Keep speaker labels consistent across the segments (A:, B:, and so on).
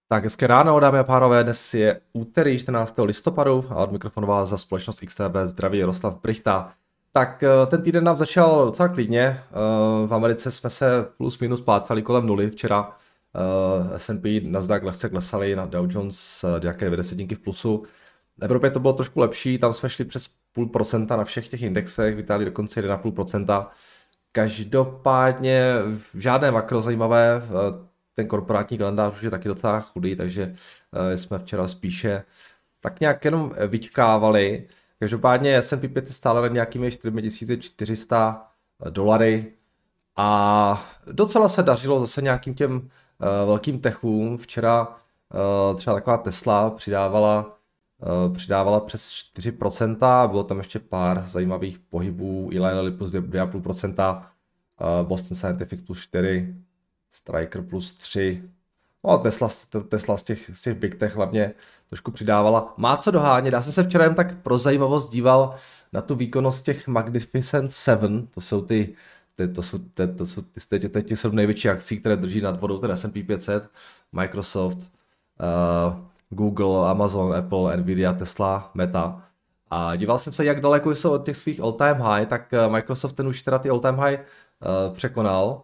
A: Tak hezké ráno, dámy a pánové, dnes je úterý 14. listopadu a od mikrofonu vás za společnost XTB zdraví Jaroslav Brychta. Tak ten týden nám začal docela klidně, v Americe jsme se plus minus plácali kolem nuly včera, S&P, Nasdaq lehce klesaly, na Dow Jones nějaké 90 v plusu. V Evropě to bylo trošku lepší, tam jsme šli přes 0,5% na všech těch indexech, v Itálii dokonce 1,5%. Každopádně žádné makro zajímavé, ten korporátní kalendář už je taky docela chudý, takže jsme včera spíše tak nějak jenom vyčkávali. Každopádně S&P 5 je stále nad nějakými $4400 a docela se dařilo zase nějakým těm velkým techům. Včera třeba taková Tesla přidávala přes 4%, bylo tam ještě pár zajímavých pohybů, Eli Lilly plus 2,5%, Boston Scientific plus 4%, Stryker plus 3. No, Tesla z těch Big Tech hlavně trošku přidávala. Má co dohánět. Já jsem se včera jen tak pro zajímavost díval na tu výkonnost těch Magnificent Seven. To jsou ty 7 největší akcí, které drží nad vodou ten S&P 500. Microsoft, Google, Amazon, Apple, Nvidia, Tesla, Meta. A díval jsem se, jak daleko jsou od těch svých all-time high, tak Microsoft ten už teda ty all-time high překonal.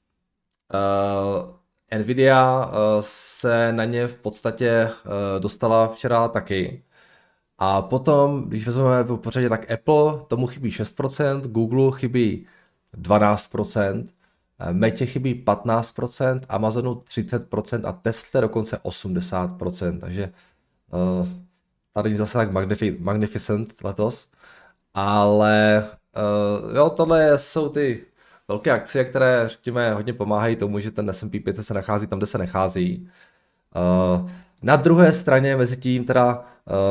A: Nvidia se na ně v podstatě dostala včera taky. A potom, když vezmeme po pořadě, tak Apple, tomu chybí 6%, Google chybí 12%, Metě chybí 15%, Amazonu 30% a Tesla dokonce 80%. Takže tady není zase tak magnificent letos. Ale jo, tohle jsou ty velké akcie, které, řekněme, hodně pomáhají tomu, že ten S&P 500 se nachází tam, kde se nachází. Na druhé straně, mezi tím teda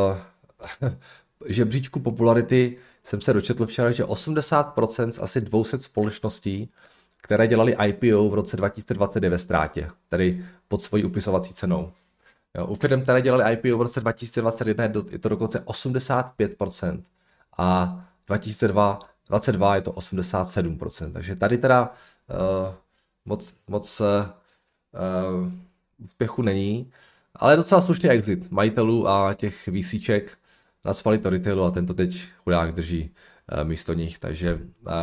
A: žebříčku popularity jsem se dočetl včera, že 80% z asi 200 společností, které dělali IPO v roce 2020 je ve ztrátě, tedy pod svojí upisovací cenou. Jo, u firm, které dělali IPO v roce 2021 je to dokonce 85% a 2022 je to 87%, takže tady teda moc úspěchu není, ale docela slušný exit majitelů a těch VCček nacpali to retailu a tento teď chudák drží místo nich, takže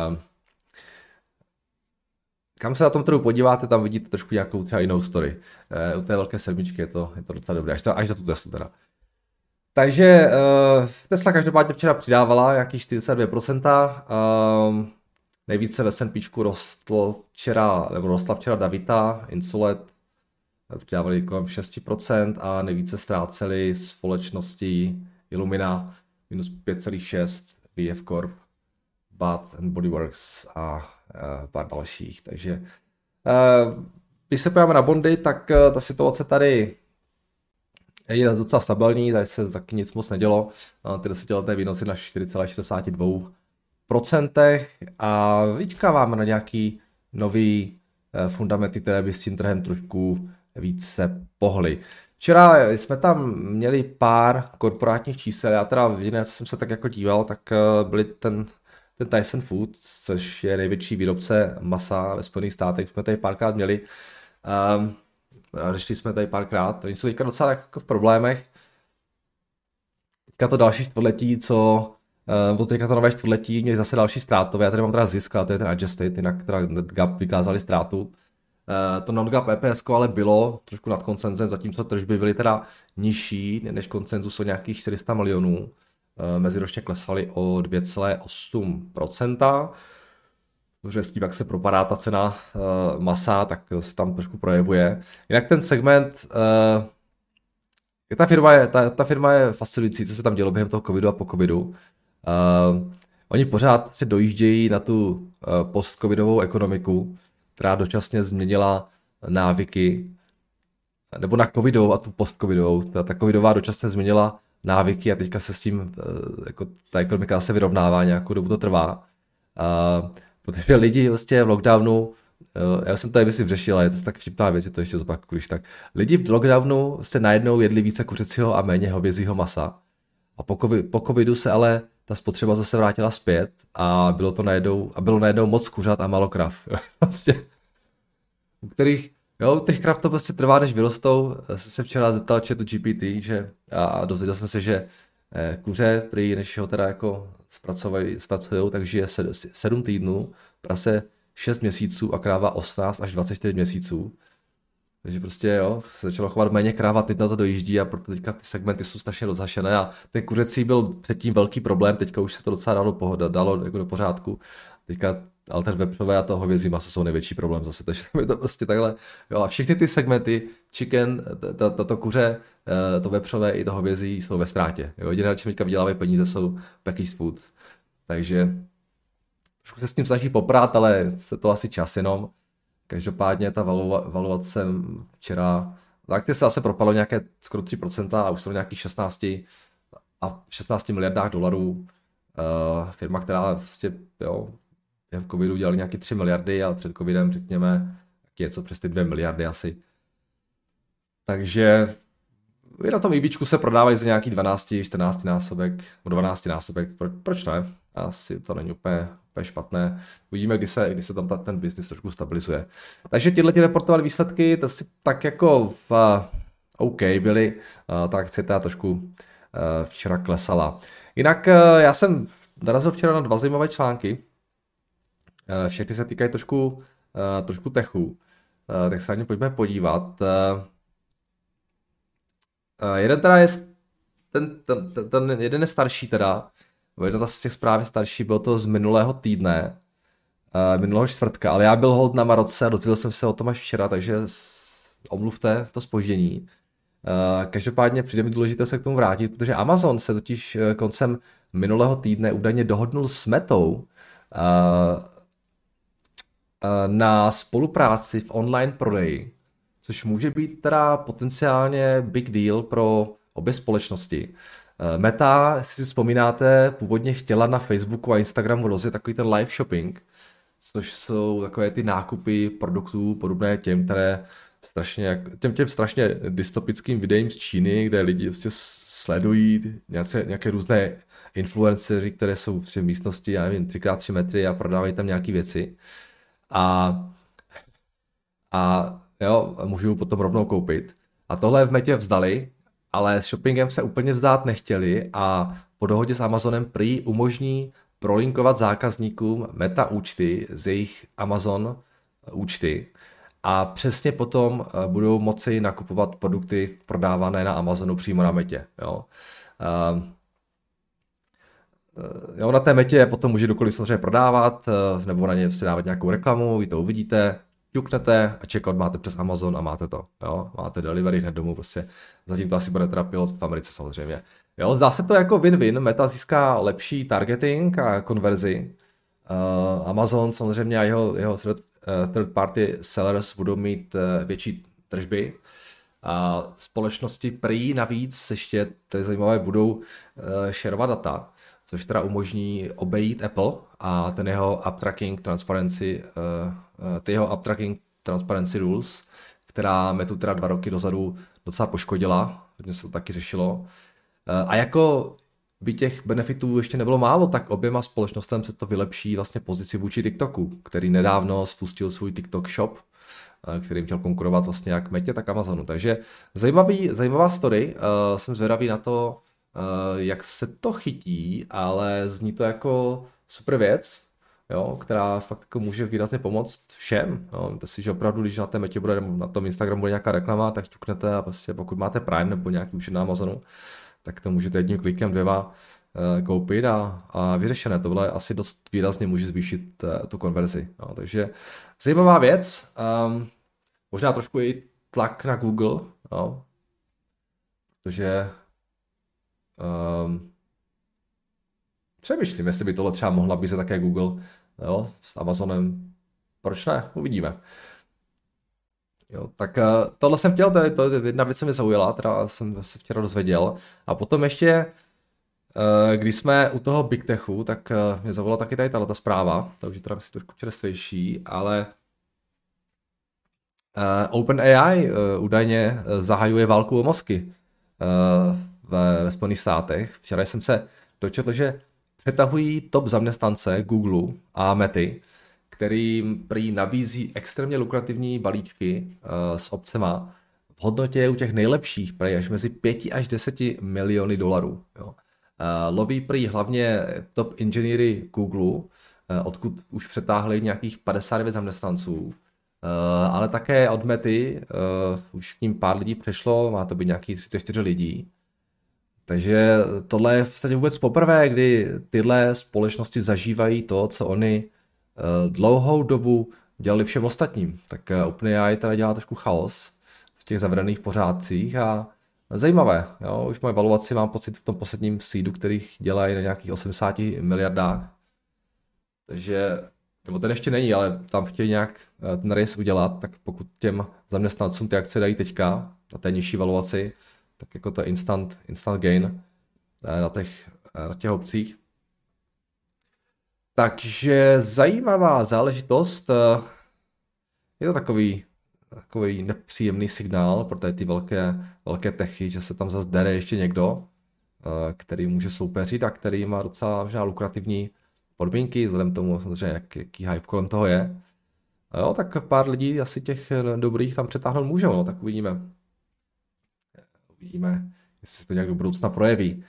A: kam se na tom trhu podíváte, tam vidíte trošku nějakou třeba jinou story. U té velké sedmičky je to docela dobré, až na tu Teslu teda. Takže Tesla každopádně včera přidávala nějakých 42%. Nejvíce ve S&Pčku rostla včera Davita, Insulet, přidávali kolem 6% a nejvíce ztráceli společnosti Illumina minus 5,6%, VF Corp, Bath and Body Works a pár dalších. Takže když se podíváme na bondy, tak ta situace tady je docela stabilní, tady se taky nic moc nedělo. Ty 10leté výnosy na 4,62% a vyčkáváme na nějaký nový fundamenty, které by s tím trhem trošku více pohly. Včera jsme tam měli pár korporátních čísel, já teda jediné, co jsem se tak jako díval, tak byly ten Tyson Foods, což je největší výrobce masa ve Spojených státech, jsme tady párkrát měli. Řešili jsme tady párkrát, oni jsou teďka docela jako v problémech. Teďka to další čtvrtletí, teďka to nové čtvrtletí, měli zase další ztrátové, já tady mám teda zisk, ale to je ten adjusted, jinak teda NetGap vykázali ztrátu. To non-GAAP EPS ale bylo trošku nad koncenzem, zatímco tržby byly teda nižší než koncenzus o nějakých 400 milionů. Meziročně klesaly o 2,8%. Protože s tím, jak se propadá ta cena masa, tak se tam trošku projevuje. Jinak ten segment, ta firma je fascinující, co se tam dělo během toho covidu a po covidu. Oni pořád se dojíždějí na tu post-covidovou ekonomiku, která dočasně změnila návyky, nebo na covidovou a tu post-covidovou. Ta covidová dočasně změnila návyky a teďka se s tím, jako ta ekonomika se vyrovnává, nějakou dobu to trvá. Protože lidi vlastně v lockdownu, já jsem tady myslím řešil, ale je to tak vtipná věc, je to ještě zopakuju, když tak. Lidi v lockdownu se najednou jedli více kuřecího a méně hovězího masa. A po covidu se ale ta spotřeba zase vrátila zpět a bylo najednou moc kuřat a málo krav. Vlastně, u kterých Jo, těch krav to prostě trvá, než vyrostou. Jsem se včera zeptal ChatGPT, že a dozvěděl jsem se, že kuře, prý, než ho teda jako zpracujou, takže je 7 týdnů, prase 6 měsíců a kráva 18 až 24 měsíců. Takže prostě jo, se začalo chovat méně kráva, teď na to dojíždí a proto teďka ty segmenty jsou strašně rozhašené a ten kuřecí byl předtím velký problém, teďka už se to docela dalo jako do pořádku. Teďka ale ten vepřové a to hovězí maso jsou největší problém zase, takže tam je to prostě takhle. Jo, a všechny ty segmenty, chicken, to kuře, to vepřové i to hovězí jsou ve ztrátě. Jo, jediné, na čem teďka vydělávají peníze, jsou packaged food. Takže trošku se s tím snaží poprát, ale se to asi čas jenom. Každopádně ta valuace včera, tak ty se zase propalo nějaké skoro 3% a už jsou nějakých 16 miliardách dolarů. Firma, která vlastně, jo, během covidu dělali nějaké 3 miliardy, ale před covidem řekněme, něco přes ty 2 miliardy asi. Takže i na tom EBčku se prodávají za nějaký 12, 14 násobek, 12 násobek, proč ne? Asi to není úplně špatné. Uvidíme, kdy se tam ten business trošku stabilizuje. Takže tyhle reportovaly výsledky, to si tak jako OK byly, ta akcie teda trošku včera klesala. Jinak já jsem narazil včera na 2 zajímavé články. Všechny se týkají trošku techu, tak se na ně pojďme podívat. Jeden teda je, ten jeden je starší teda, jedna z těch zpráv je starší, bylo to z minulého týdne, minulého čtvrtka, ale já byl hold na Maroce a dozvěděl jsem se o tom až včera, takže omluvte to zpoždění. Každopádně přijde mi důležité se k tomu vrátit, protože Amazon se totiž koncem minulého týdne údajně dohodnul s Metou na spolupráci v online prodeji, což může být teda potenciálně big deal pro obě společnosti. Meta, jestli si vzpomínáte, původně chtěla na Facebooku a Instagramu rozjet takový ten live shopping, což jsou takové ty nákupy produktů podobné těm, které těm strašně dystopickým videím z Číny, kde lidi prostě sledují nějaké různé influencery, které jsou v místnosti, já nevím, 3x3 metry a prodávají tam nějaké věci. A jo, můžu potom rovnou koupit. A tohle v Metě vzdali, ale s shoppingem se úplně vzdát nechtěli a po dohodě s Amazonem prý umožní prolinkovat zákazníkům Meta účty z jejich Amazon účty a přesně potom budou moci nakupovat produkty prodávané na Amazonu přímo na Metě. Jo, na té Metě potom může kdokoliv samozřejmě prodávat, nebo na ně dávat nějakou reklamu, vy to uvidíte, ťuknete a checkout máte přes Amazon a máte to. Jo? Máte delivery hned domů, prostě zatím to asi bude teda pilot v Americe samozřejmě. Jo, zdá se to jako win-win, Meta získá lepší targeting a konverzi. Amazon samozřejmě a jeho third party sellers budou mít větší tržby. A společnosti prý navíc ještě, to je zajímavé, budou shareovat data, což teda umožní obejít Apple a ten jeho App Tracking Transparency Rules, která Metu teda 2 roky dozadu docela poškodila, hodně se to taky řešilo. A jako by těch benefitů ještě nebylo málo, tak oběma společnostem se to vylepší vlastně pozici vůči TikToku, který nedávno spustil svůj TikTok Shop, kterým chtěl konkurovat vlastně jak Metě, tak Amazonu. Takže zajímavá story, jsem zvědavý na to, jak se to chytí, ale zní to jako super věc, jo, která fakt jako může výrazně pomoct všem. Víte si, že opravdu, když na té Metě bude, na tom Instagramu bude nějaká reklama, tak ťuknete a prostě pokud máte Prime nebo nějaký účet na Amazonu, tak to můžete jedním klikem 2 koupit a vyřešené. Tohle asi dost výrazně může zvýšit tu konverzi. Jo. Takže zajímavá věc. Možná trošku i tlak na Google, jo, protože přemýšlím, jestli by tohle třeba mohla být také Google, jo, s Amazonem. Proč ne? Uvidíme. Jo, tak tohle jsem chtěl, to je jedna věc, co mě zaujala, teda jsem se včera dozvěděl. A potom ještě, když jsme u toho Big Techu, tak mě zaujala taky tady tato zpráva, takže teda si trošku čerstvější, ale OpenAI údajně zahajuje válku o mozky ve Spojených státech. Včera jsem se dočetl, že přetahují top zaměstnance Google a Mety, který prý nabízí extrémně lukrativní balíčky s opcema v hodnotě u těch nejlepších prý až mezi 5 až 10 miliony dolarů. Jo. Loví prý hlavně top inženýry Google, odkud už přetáhli nějakých 59 zaměstnanců, ale také od Mety, už k ním pár lidí přešlo, má to být nějakých 34 lidí. Takže tohle je v podstatě vůbec poprvé, kdy tyhle společnosti zažívají to, co oni dlouhou dobu dělali všem ostatním. Tak OpenAI teda dělá trošku chaos v těch zavřených pořádcích a zajímavé. Jo? Už mají valuaci, mám pocit, v tom posledním seedu, kterých dělají na nějakých 80 miliardách. Takže, nebo ten ještě není, ale tam chtějí nějak ten race udělat, tak pokud těm zaměstnancům ty akce dají teďka na té nižší valuaci, tak jako to instant gain na těch opcích. Takže zajímavá záležitost. Je to takový nepříjemný signál pro ty velké techy, že se tam zase dere ještě někdo, který může soupeřit a který má docela možná lukrativní podmínky, vzhledem tomu samozřejmě, jaký hype kolem toho je. A jo, tak pár lidí asi těch dobrých tam přetáhnout můžou, no, tak uvidíme. Jestli se to nějak do budoucna projeví.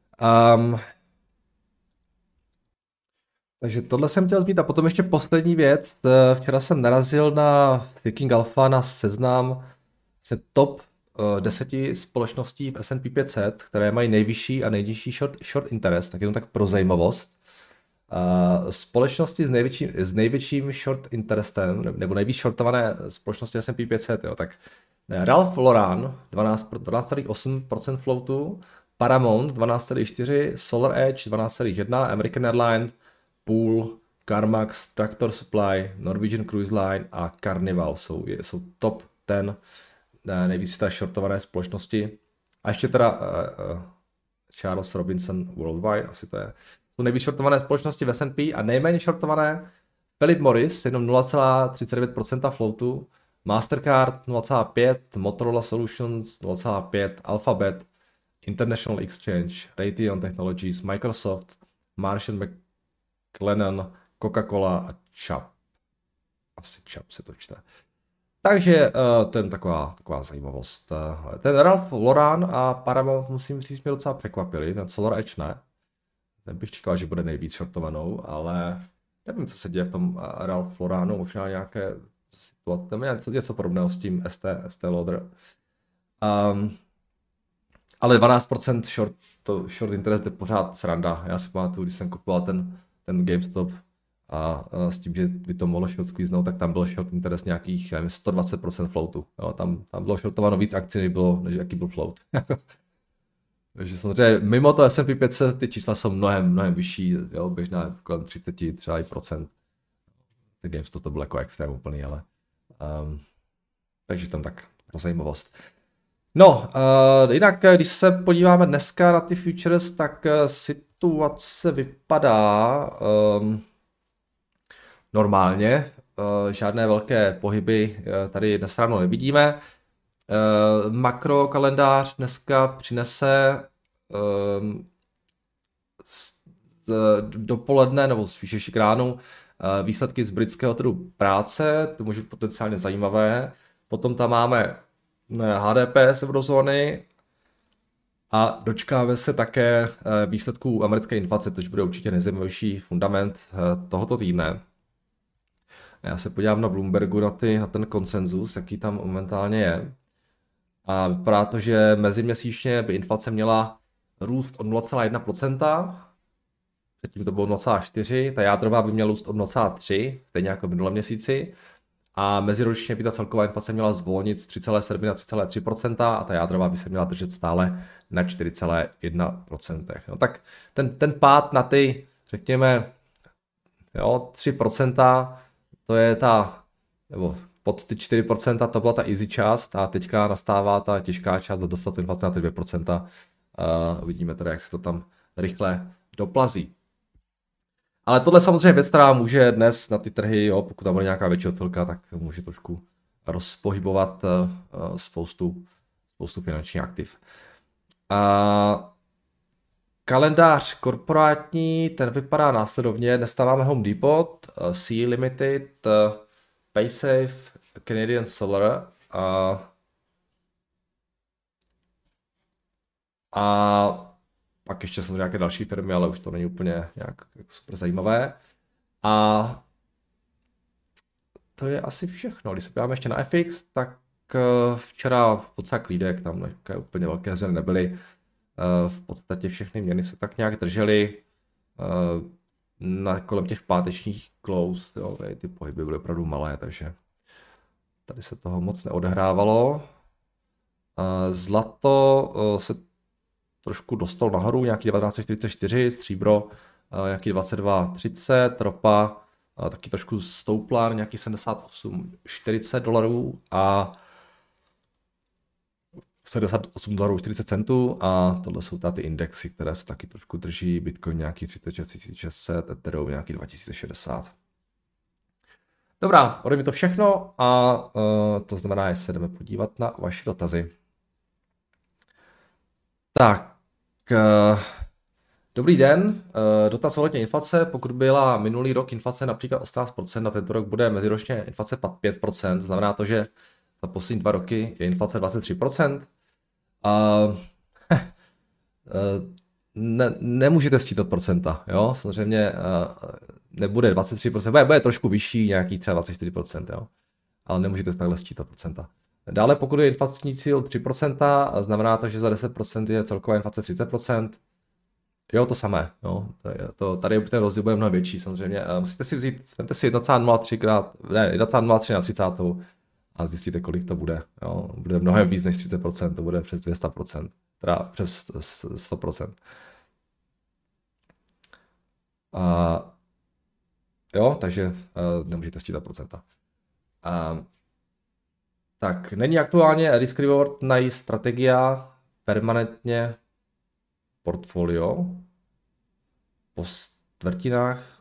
A: Takže tohle jsem chtěl zmínit a potom ještě poslední věc. Včera jsem narazil na Thinking Alpha na seznam se top 10 společností v S&P 500, které mají nejvyšší a nejnižší short interest, tak jenom tak pro zajímavost. Společnosti s největším short interestem, nebo nejvíc shortované společnosti S&P 500, jo, tak Ralph Lauren 12,8% floatu, Paramount 12,4%, SolarEdge 12,1%, American Airlines, Pool, CarMax, Tractor Supply, Norwegian Cruise Line a Carnival jsou top 10 nejvíc shortované společnosti. A ještě teda Charles Robinson Worldwide, asi to je. Jsou nejvíc shortované společnosti v S&P a nejméně shortované Philip Morris, jenom 0,39% floatu, Mastercard 0,5%, Motorola Solutions 0,5%, Alphabet, International Exchange, Raytheon Technologies, Microsoft, Marsh & McLennan, Coca-Cola a Chubb. Asi Chubb se to čte. Takže to je taková zajímavost. Ten Ralph Lauren a Paramount musím říct, mě docela překvapili, ten SolarEdge ne. Ten bych čekal, že bude nejvíc shortovanou, ale nevím, co se děje v tom Ralph Laurenu, možná nějaké situace, něco podobného s tím ST Lauder. Ale 12% short interest je pořád sranda. Já si pamatuju, když jsem kupoval ten GameStop a s tím, že by to mohlo short squeeznout, tak tam byl short interest nějakých 120% floatu. Jo, tam bylo shortováno víc akcí, než jaký byl float. Takže samozřejmě mimo to S&P 500 ty čísla jsou mnohem vyšší, jo, běžná kolem 30 třeba i procent. Ty GameStop to bylo jako extrém úplný, ale takže tam tak pro zajímavost. No, jinak, když se podíváme dneska na ty futures, tak situace vypadá normálně. Žádné velké pohyby tady dnes ráno nevidíme. Makrokalendář dneska přinese dopoledne, nebo spíš ještě k ránu, výsledky z britského trhu práce, to může být potenciálně zajímavé. Potom tam máme HDP z eurozóny a dočkáme se také výsledků americké inflace, což bude určitě nejzajímavější fundament tohoto týdne. Já se podívám na Bloombergu na ten konsenzus, jaký tam momentálně je. A vypadá to, že meziměsíčně by inflace měla růst od 0,1%, předtím to bylo 0,4%, ta jádrová by měla růst od 0,3%, stejně jako v minulém měsíci, a meziročně by ta celková inflace měla zvolnit z 3,7 na 3,3% a ta jádrová by se měla držet stále na 4,1%. No, tak ten pád na ty, řekněme, 3%, to je nebo pod ty 4% to byla ta easy část a teďka nastává ta těžká část dostat tu inflaci na ty 2%. Vidíme teda, jak se to tam rychle doplazí. Ale tohle samozřejmě věc, která může dnes na ty trhy, pokud tam bude nějaká větší odchylka, tak může trošku rozpohybovat spoustu finančních aktiv. Kalendář korporátní, ten vypadá následovně. Dnes tam máme Home Depot, Sea Limited, Paysafe, Canadian Solar a pak ještě jsou nějaké další firmy, ale už to není úplně nějak jako super zajímavé. A to je asi všechno. Když se podíváme ještě na FX, tak včera docela klídek, tam úplně velké změny nebyly. V podstatě všechny měny se tak nějak držely kolem těch pátečních close, jo, ty pohyby byly opravdu malé, takže tady se toho moc neodehrávalo. Zlato se trošku dostalo nahoru, nějaký 1944, stříbro nějaký 22,30, ropa taky trošku stoupla, nějaký 78,40 dolarů a 78 dolarů 40 centů a tohle jsou ty indexy, které se taky trošku drží, Bitcoin nějaký 36 600, Ethereum nějaký 2060. Dobrá, ode mě to všechno a to znamená, že se jdeme podívat na vaše dotazy. Tak, dobrý den, dotaz ohledně inflace. Pokud byla minulý rok inflace například 18%, a tento rok bude meziročně inflace 5%, znamená to, že za poslední 2 roky je inflace 23%. Nemůžete sčítat procenta, jo? Samozřejmě nebude 23%, bude trošku vyšší, nějaký třeba 24%, jo? Ale nemůžete takhle sčítat procenta. Dále pokud je inflační cíl 3%, znamená to, že za 10% je celková inflace 30%. Jo, to samé. Jo. Tady ten rozdíl bude mnohem větší samozřejmě. Musíte si vzít, vemte si 1,03 na 30. A zjistíte, kolik to bude. Jo. Bude mnohem víc než 30%, to bude přes 200%, teda přes 100%. Jo, takže nemůžete sčítat procenta. Tak, není aktuálně risk reward na strategia permanentně portfolio po čtvrtinách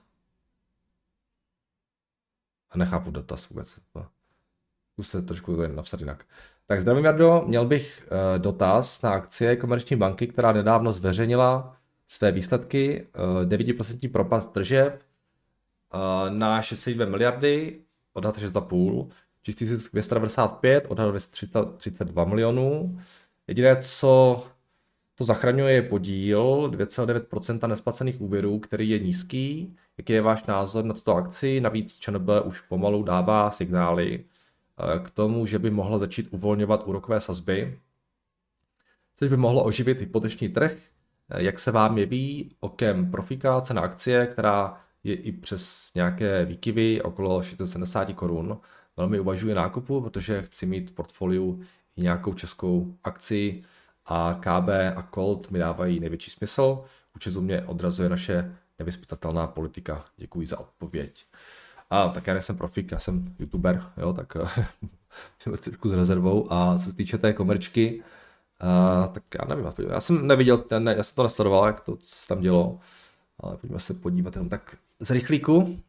A: a nechápu dotaz vůbec. Zkuste trošku to napsat jinak. Tak zdravím, Jardo, měl bych dotaz na akcie Komerční banky, která nedávno zveřejnila své výsledky, 9% propad tržeb na 6,2 miliardy, odhad 6,5, čistý zisk 295, odhad 332 milionů. Jediné, co to zachraňuje, je podíl 2,9% nesplacených úvěrů, který je nízký. Jaký je váš názor na tuto akci? Navíc ČNB už pomalu dává signály k tomu, že by mohla začít uvolňovat úrokové sazby, což by mohlo oživit hypoteční trh. Jak se vám jeví okem profíka cena akcie, která je i přes nějaké výkyvy okolo 670 korun. Velmi uvažuji nákupu, protože chci mít v portfoliu i nějakou českou akci a KB a Colt mi dávají největší smysl. Určitě mě odrazuje naše nevyzpytatelná politika. Děkuji za odpověď. Tak já nejsem profík, já jsem youtuber, jo, tak trošku s rezervou. A co se týče té komerčky, tak já nevím, já jsem neviděl, já jsem to nesledoval, jak to, co se tam dělo, ale pojďme se podívat jenom tak z rychlíku.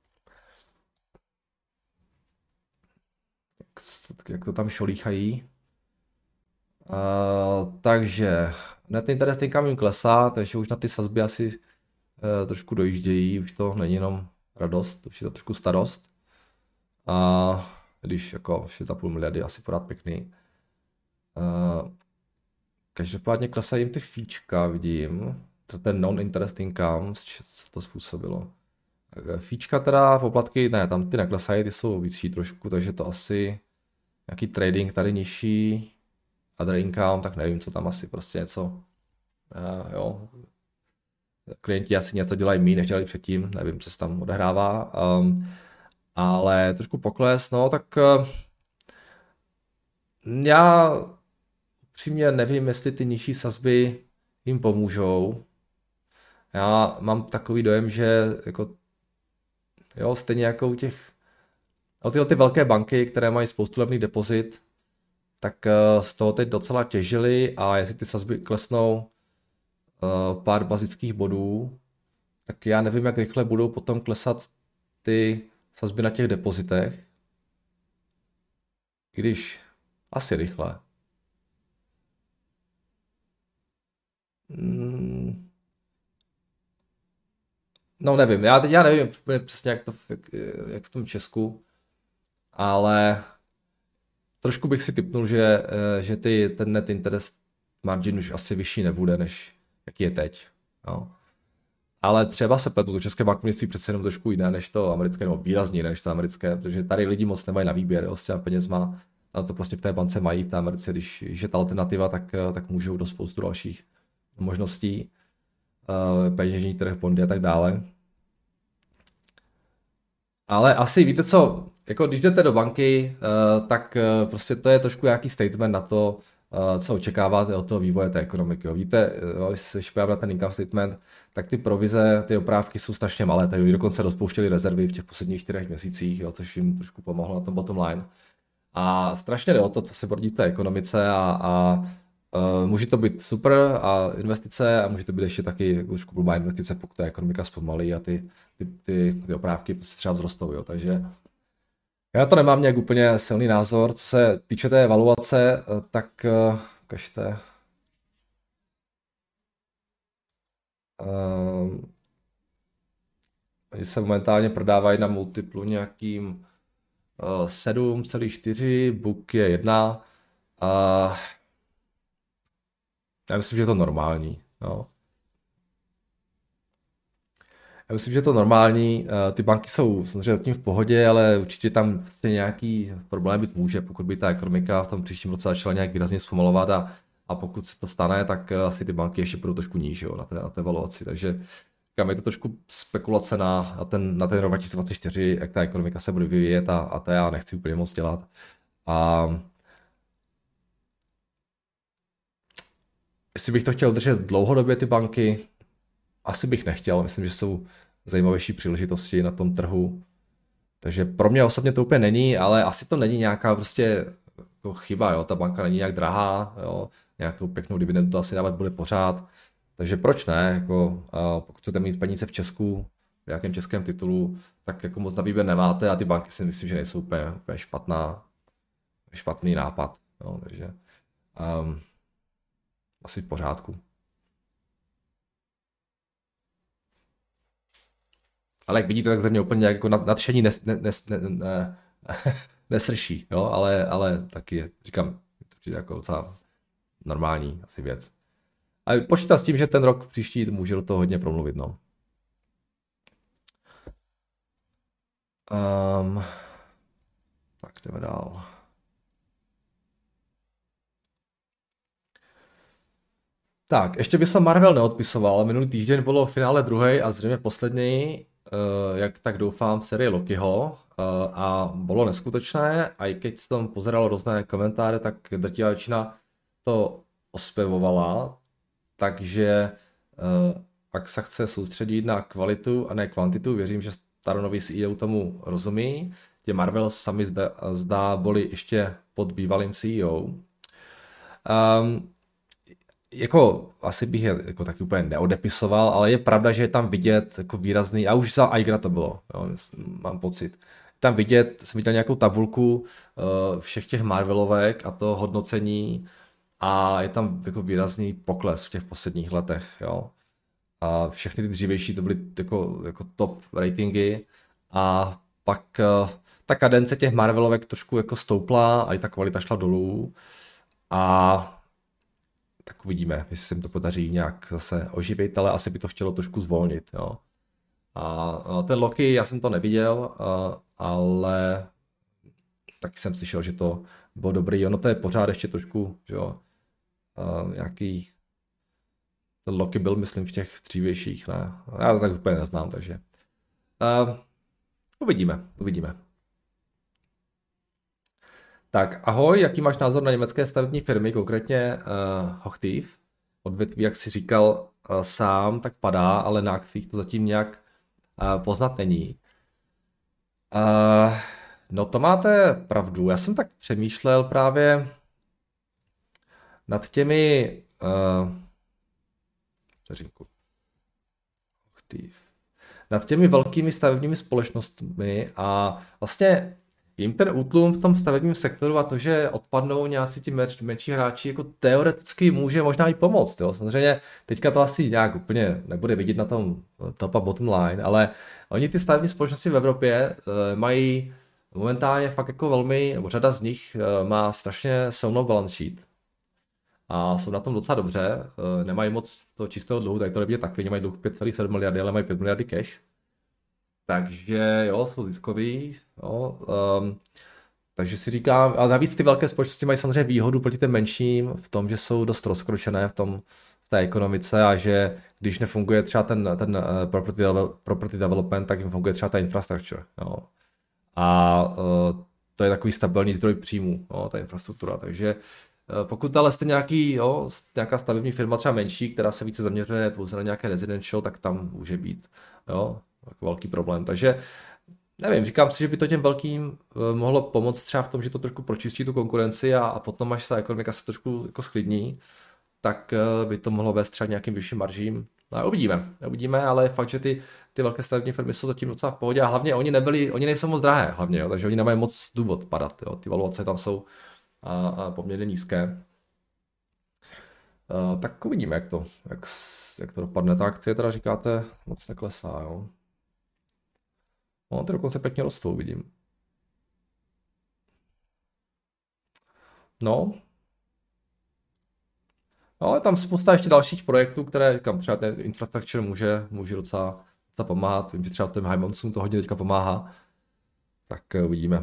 A: Jak to tam šolíchají. Takže net interest income jim klesá, takže už na ty sazby asi trošku dojíždějí, už to není jenom radost, už je to trošku starost. Když jako 6,5 miliardy asi pořád pěkný. Každopádně klesají jim ty fíčka, vidím. Ten non-interest income, co to způsobilo. Fíčka teda, poplatky, ne, tam ty neklesají, ty jsou vyšší trošku, takže to asi nějaký trading tady nižší, other income, tak nevím, co tam asi prostě něco, jo. Klienti asi něco dělají méně, než dělali předtím, nevím, co se tam odehrává, ale trošku pokles, no, tak já upřímně nevím, jestli ty nižší sazby jim pomůžou. Já mám takový dojem, že jako, jo, stejně jako u těch, tyhle ty velké banky, které mají spoustu levných depozit, tak z toho teď docela těžili a jestli ty sazby klesnou pár bazických bodů, tak já nevím, jak rychle budou potom klesat ty sazby na těch depozitech. Když asi rychle. No nevím, já nevím přesně jak v tom Česku, ale trošku bych si tipnul, že ten net interest margin už asi vyšší nebude, než jaký je teď. No. Ale třeba se pletu, to české bankovnictví přece jenom trošku jiné než to americké, nebo výrazně než to americké, protože tady lidi moc nemají na výběr, s těma penězma, a to prostě v té bance mají, v té Americe, když je ta alternativa, tak můžou do spoustu dalších možností, peněžní trh, bondy a tak dále. Ale asi víte co, jako když jdete do banky, tak prostě to je trošku nějaký statement na to, co očekáváte od toho vývoje té ekonomiky. Jo. Víte, když se podíváme na ten income statement, tak ty provize, ty oprávky jsou strašně malé, tady dokonce rozpouštěli rezervy v těch posledních 4 měsících, jo, což jim trošku pomohlo na tom bottom line. A strašně jde o to, co se brodí v té ekonomice a může to být super a investice a může to být ještě taky trošku blbá investice, pokud ta ekonomika zpomalí a ty oprávky prostě třeba vzrostou. Jo. Takže já na to nemám nějak úplně silný názor. Co se týče té evaluace, tak ukažte. Oni se momentálně prodávají na multiplu nějakým 7,4, book je 1. Já myslím, že je to normální. Jo. Já myslím, že je to normální. Ty banky jsou samozřejmě zatím v pohodě, ale určitě tam vlastně nějaký problém být může, pokud by ta ekonomika v tom příštím roce začala nějak výrazně zpomalovat a pokud se to stane, tak asi ty banky ještě budou trošku níž, jo, na té evaluaci. Takže je to trošku spekulace na ten rok 2024, jak ta ekonomika se bude vyvíjet a to já nechci úplně moc dělat. A jestli bych to chtěl držet dlouhodobě ty banky, asi bych nechtěl. Myslím, že jsou zajímavější příležitosti na tom trhu. Takže pro mě osobně to úplně není, ale asi to není nějaká prostě jako chyba, jo. Ta banka není nějak drahá, jo. Nějakou pěknou dividendu asi dávat bude pořád. Takže proč ne? Jako, pokud chcete mít peníze v Česku, v nějakém českém titulu, tak jako moc na výběr nemáte a ty banky si myslím, že nejsou úplně špatný nápad. Jo. Takže asi v pořádku. Ale jak vidíte, tak ze mě úplně jako nadšení nesrší, jo, ale taky, říkám, to přijde jako docela normální asi věc. A počítá s tím, že ten rok příští může do toho hodně promluvit, no. Tak jdeme dál. Tak, ještě by se Marvel neodpisoval, minulý týden bylo v finále druhý a zřejmě poslední, jak tak doufám, v sérii Lokiho a bylo neskutečné a i když jsem pozeral různé komentáře, tak drtivá většina to ospevovala, takže pak se chce soustředit na kvalitu a ne kvantitu, věřím, že staronový CEO tomu rozumí, tě Marvel sami zdá byli ještě pod bývalým CEO. Jako asi bych je jako taky úplně neodepisoval, ale je pravda, že je tam vidět jako výrazný, a už za Aigra to bylo, jo, mám pocit. Tam vidět, jsem viděl nějakou tabulku všech těch Marvelovek a to hodnocení a je tam jako výrazný pokles v těch posledních letech, jo. A všechny ty dřívější to byly jako top ratingy a pak ta kadence těch Marvelovek trošku jako stoupla a i ta kvalita šla dolů a tak uvidíme, jestli se mi to podaří nějak zase oživit, ale asi by to chtělo trošku zvolnit. Jo. A ten Loki, já jsem to neviděl, ale taky jsem slyšel, že to bylo dobrý. Ono to je pořád ještě trošku, že jo, nějaký... Ten Loki byl, myslím, v těch dřívějších, ne? Já to tak úplně neznám, takže... Uvidíme. Tak ahoj, jaký máš názor na německé stavební firmy, konkrétně Hochtief? Odvětví, jak si říkal sám, tak padá, ale na akcích to zatím nějak poznat není. No to máte pravdu, já jsem tak přemýšlel právě nad těmi nad těmi velkými stavebními společnostmi a vlastně jim ten útlum v tom stavebním sektoru a to, že odpadnou nějací ti menší hráči, jako teoreticky může možná i pomoct. Jo. Samozřejmě teďka to asi nějak úplně nebude vidět na tom top a bottom line, ale oni ty stavební společnosti v Evropě mají momentálně fakt jako velmi, nebo řada z nich má strašně silnou balance sheet a jsou na tom docela dobře, nemají moc toho čistého dluhu, tak to nebude taky, oni mají dluh 5,7 miliardy, ale mají 5 miliardy cash. Takže jo, jsou ziskový, jo, takže si říkám, ale navíc ty velké společnosti mají samozřejmě výhodu proti těm menším v tom, že jsou dost rozkročené v té ekonomice a že když nefunguje třeba ten property development, tak jim funguje třeba ta infrastructure. Jo. A to je takový stabilní zdroj příjmu, jo, ta infrastruktura. Takže pokud ale jste nějaká stavební firma třeba menší, která se více zaměřuje pouze na nějaké residential, tak tam může být jo, jako velký problém. Takže nevím, říkám si, že by to těm velkým mohlo pomoct třeba v tom, že to trošku pročistí tu konkurenci a potom, až ta ekonomika se trošku jako sklidní, tak by to mohlo vést třeba nějakým vyšším maržím. No, uvidíme, ale fakt, že ty velké stavební firmy jsou zatím docela v pohodě a hlavně oni nejsou moc drahé hlavně, jo, takže oni nemají moc důvod padat, jo, ty valuace tam jsou a poměrně nízké. Tak uvidíme, jak to dopadne. Ta akcie teda říkáte moc neklesá, jo. No, ty dokonce pěkně rostou, vidím. No, ale tam spousta ještě dalších projektů, které, říkám, třeba ten infrastructure může docela pomáhat. Vím, že třeba ten High Monsoon to hodně teďka pomáhá. Tak uvidíme.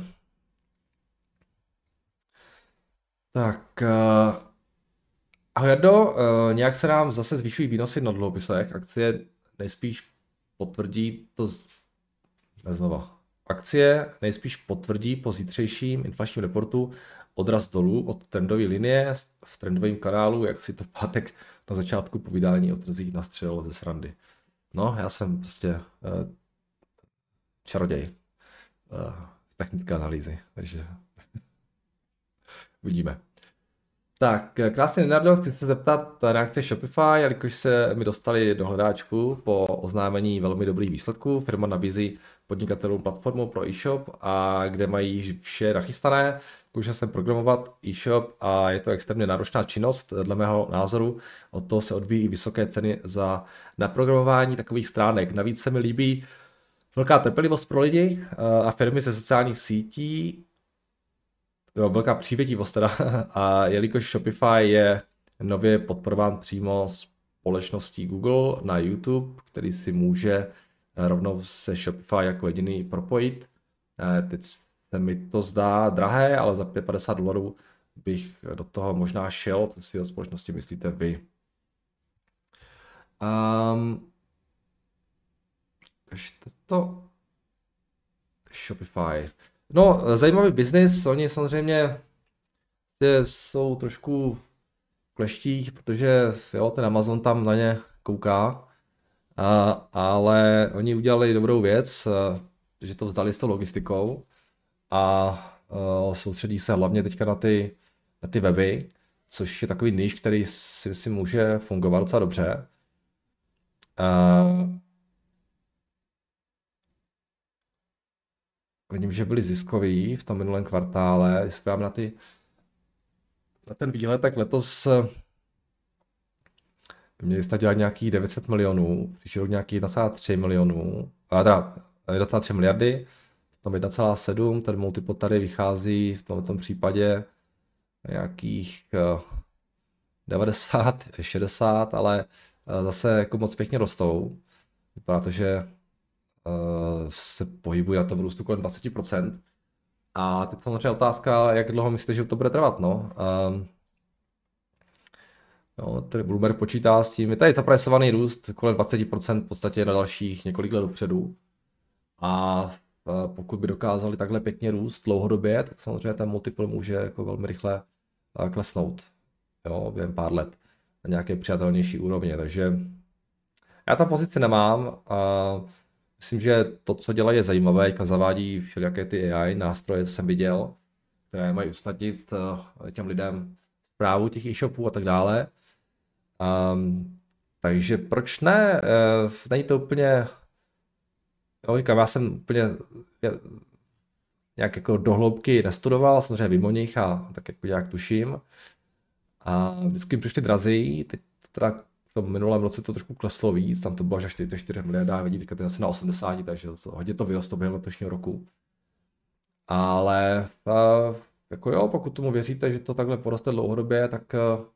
A: Tak, ahoj Jardo, nějak se nám zase zvyšují výnosy na dluhopisech. Akcie nejspíš potvrdí to znova. Akcie nejspíš potvrdí po zítřejším inflačním reportu odraz dolů od trendové linie v trendovém kanálu, jak si to pátek na začátku povídání o trzích nastřelil ze srandy. No, já jsem prostě čaroděj technické analýzy, takže uvidíme. Tak, krásně Leonardo, chci se zeptat na reakce Shopify, jelikož se mi dostali do hledáčku po oznámení velmi dobrých výsledků. Firma nabízí podnikatelům platformu pro e-shop, a kde mají vše nachystané. Zkoušel jsem programovat e-shop a je to extrémně náročná činnost, dle mého názoru. Od toho se odvíjí i vysoké ceny za naprogramování takových stránek. Navíc se mi líbí velká trpělivost pro lidi a firmy ze sociálních sítí, velká přívětivost teda, a jelikož Shopify je nově podporován přímo společností Google na YouTube, který si může rovnou se Shopify jako jediný propojit. Teď se mi to zdá drahé, ale za $50 bych do toho možná šel, co si o společnosti myslíte vy. To Shopify. No, zajímavý biznis, oni samozřejmě jsou trošku v kleštích, protože jo, ten Amazon tam na ně kouká, ale oni udělali dobrou věc, že to vzdali s tou logistikou a soustředí se hlavně teďka na ty weby, což je takový niž, který si může fungovat docela dobře. Vidím, že byli ziskoví v tom minulém kvartále. Když se podívám na ten výhled, tak letos měli jste dělat nějakých 900 milionů, příští rok nějakých 1,3 milionů, teda 1,3 miliardy, tam 1,7, ten multiple tady vychází v tomto případě nějakých 90, 60, ale zase jako moc pěkně rostou. Vypadá to, že se pohybuje na tom růstu kolem 20%. A teď samozřejmě otázka, jak dlouho myslíte, že to bude trvat, no. Ten Bloomberg počítá s tím, je tady zapracovaný růst kolem 20% v podstatě na dalších několik let dopředu. A pokud by dokázali takhle pěkně růst dlouhodobě, tak samozřejmě ten multiple může jako velmi rychle klesnout, jo, během pár let na nějaké přijatelnější úrovně. Takže já tam pozici nemám a myslím, že to, co dělají, je zajímavé, jak zavádí všelijaké ty AI nástroje, co jsem viděl, které mají usnadnit těm lidem správu těch e-shopů a tak dále. Takže proč ne? Není to úplně... Jo, říkám, já jsem úplně nějak jako dohloubky nestudoval, samozřejmě vím o nich a tak jako nějak tuším. A vždycky jim přišli drazí, teď teda v tom minulém roce to trošku kleslo víc, tam to bylo až 4 miliardy lidí, teďka to je asi na 80, takže hodně to vyrostlo během letošního roku. Ale jako jo, pokud tomu věříte, že to takhle poroste dlouhodobě, tak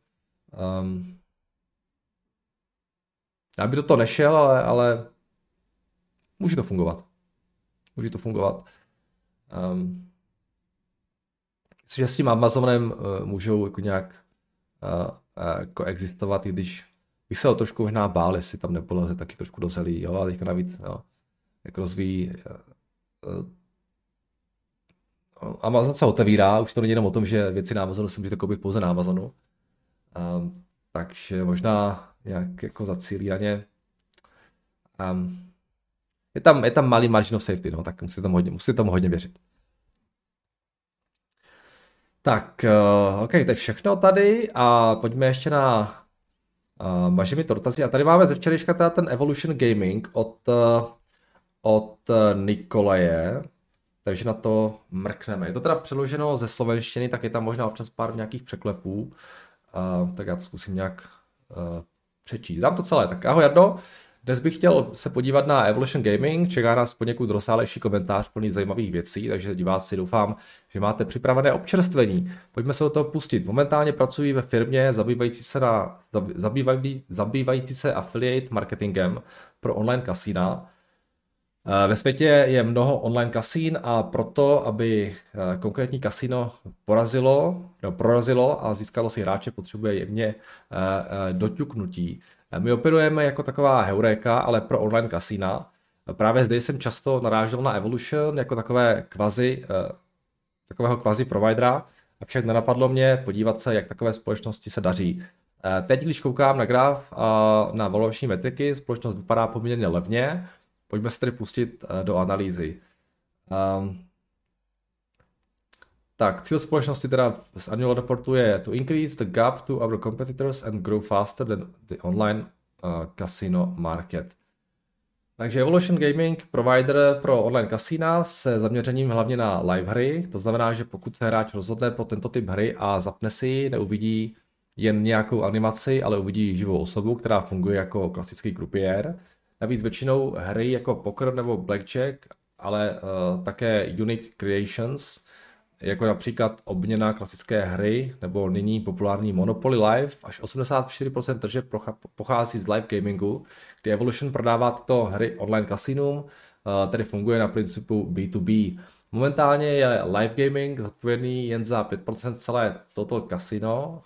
A: já by do toho nešel, ale může to fungovat. Může to fungovat. Myslím, že s tím Amazonem můžou jako nějak koexistovat, i když bych se o trošku možná bál, jestli tam nepoleze taky trošku do zelí, jo, a teďka navíc, jo, jak rozvíjí Amazon se otevírá, už to není jenom o tom, že věci na Amazonu si můžete koupit pouze na Amazonu, takže nějak jako zacílí na ně. Je tam malý margin of safety, no, tak musíte tomu hodně věřit. Tak, OK, to je všechno tady a pojďme ještě na vašimi dotazy. A tady máme ze včerejška teda ten Evolution Gaming od Nikolaje, takže na to mrkneme. Je to teda přeloženo ze slovenštiny, tak je tam možná občas pár nějakých překlepů, tak já to zkusím nějak přečíst. Dám to celé, tak ahoj Jardo. Dnes bych chtěl se podívat na Evolution Gaming, čeká nás poněkud rozsálejší komentář plný zajímavých věcí, takže diváci doufám, že máte připravené občerstvení. Pojďme se do toho pustit. Momentálně pracuji ve firmě zabývající se affiliate marketingem pro online kasína. Ve světě je mnoho online kasín a proto, aby konkrétní kasino prorazilo a získalo si hráče, potřebuje jemně doťuknutí. My operujeme jako taková heuréka, ale pro online kasína. Právě zde jsem často narážel na Evolution jako takového kvazi providera, avšak nenapadlo mě podívat se, jak takové společnosti se daří. Teď, když koukám na graf a na valuační metriky, společnost vypadá poměrně levně. Pojďme se tedy pustit do analýzy. Tak, cíl společnosti teda z annual reportu je to increase the gap to our competitors and grow faster than the online casino market. Takže Evolution Gaming, provider pro online kasína se zaměřením hlavně na live hry. To znamená, že pokud se hráč rozhodne pro tento typ hry a zapne si, neuvidí jen nějakou animaci, ale uvidí živou osobu, která funguje jako klasický croupier. Navíc většinou hry jako poker nebo blackjack, ale také unique creations, jako například obměna klasické hry nebo nyní populární Monopoly Live, až 84% tržeb pochází z live gamingu, kdy Evolution prodává tyto hry online kasinům, tedy funguje na principu B2B. Momentálně je live gaming zodpovědný jen za 5% celé total casino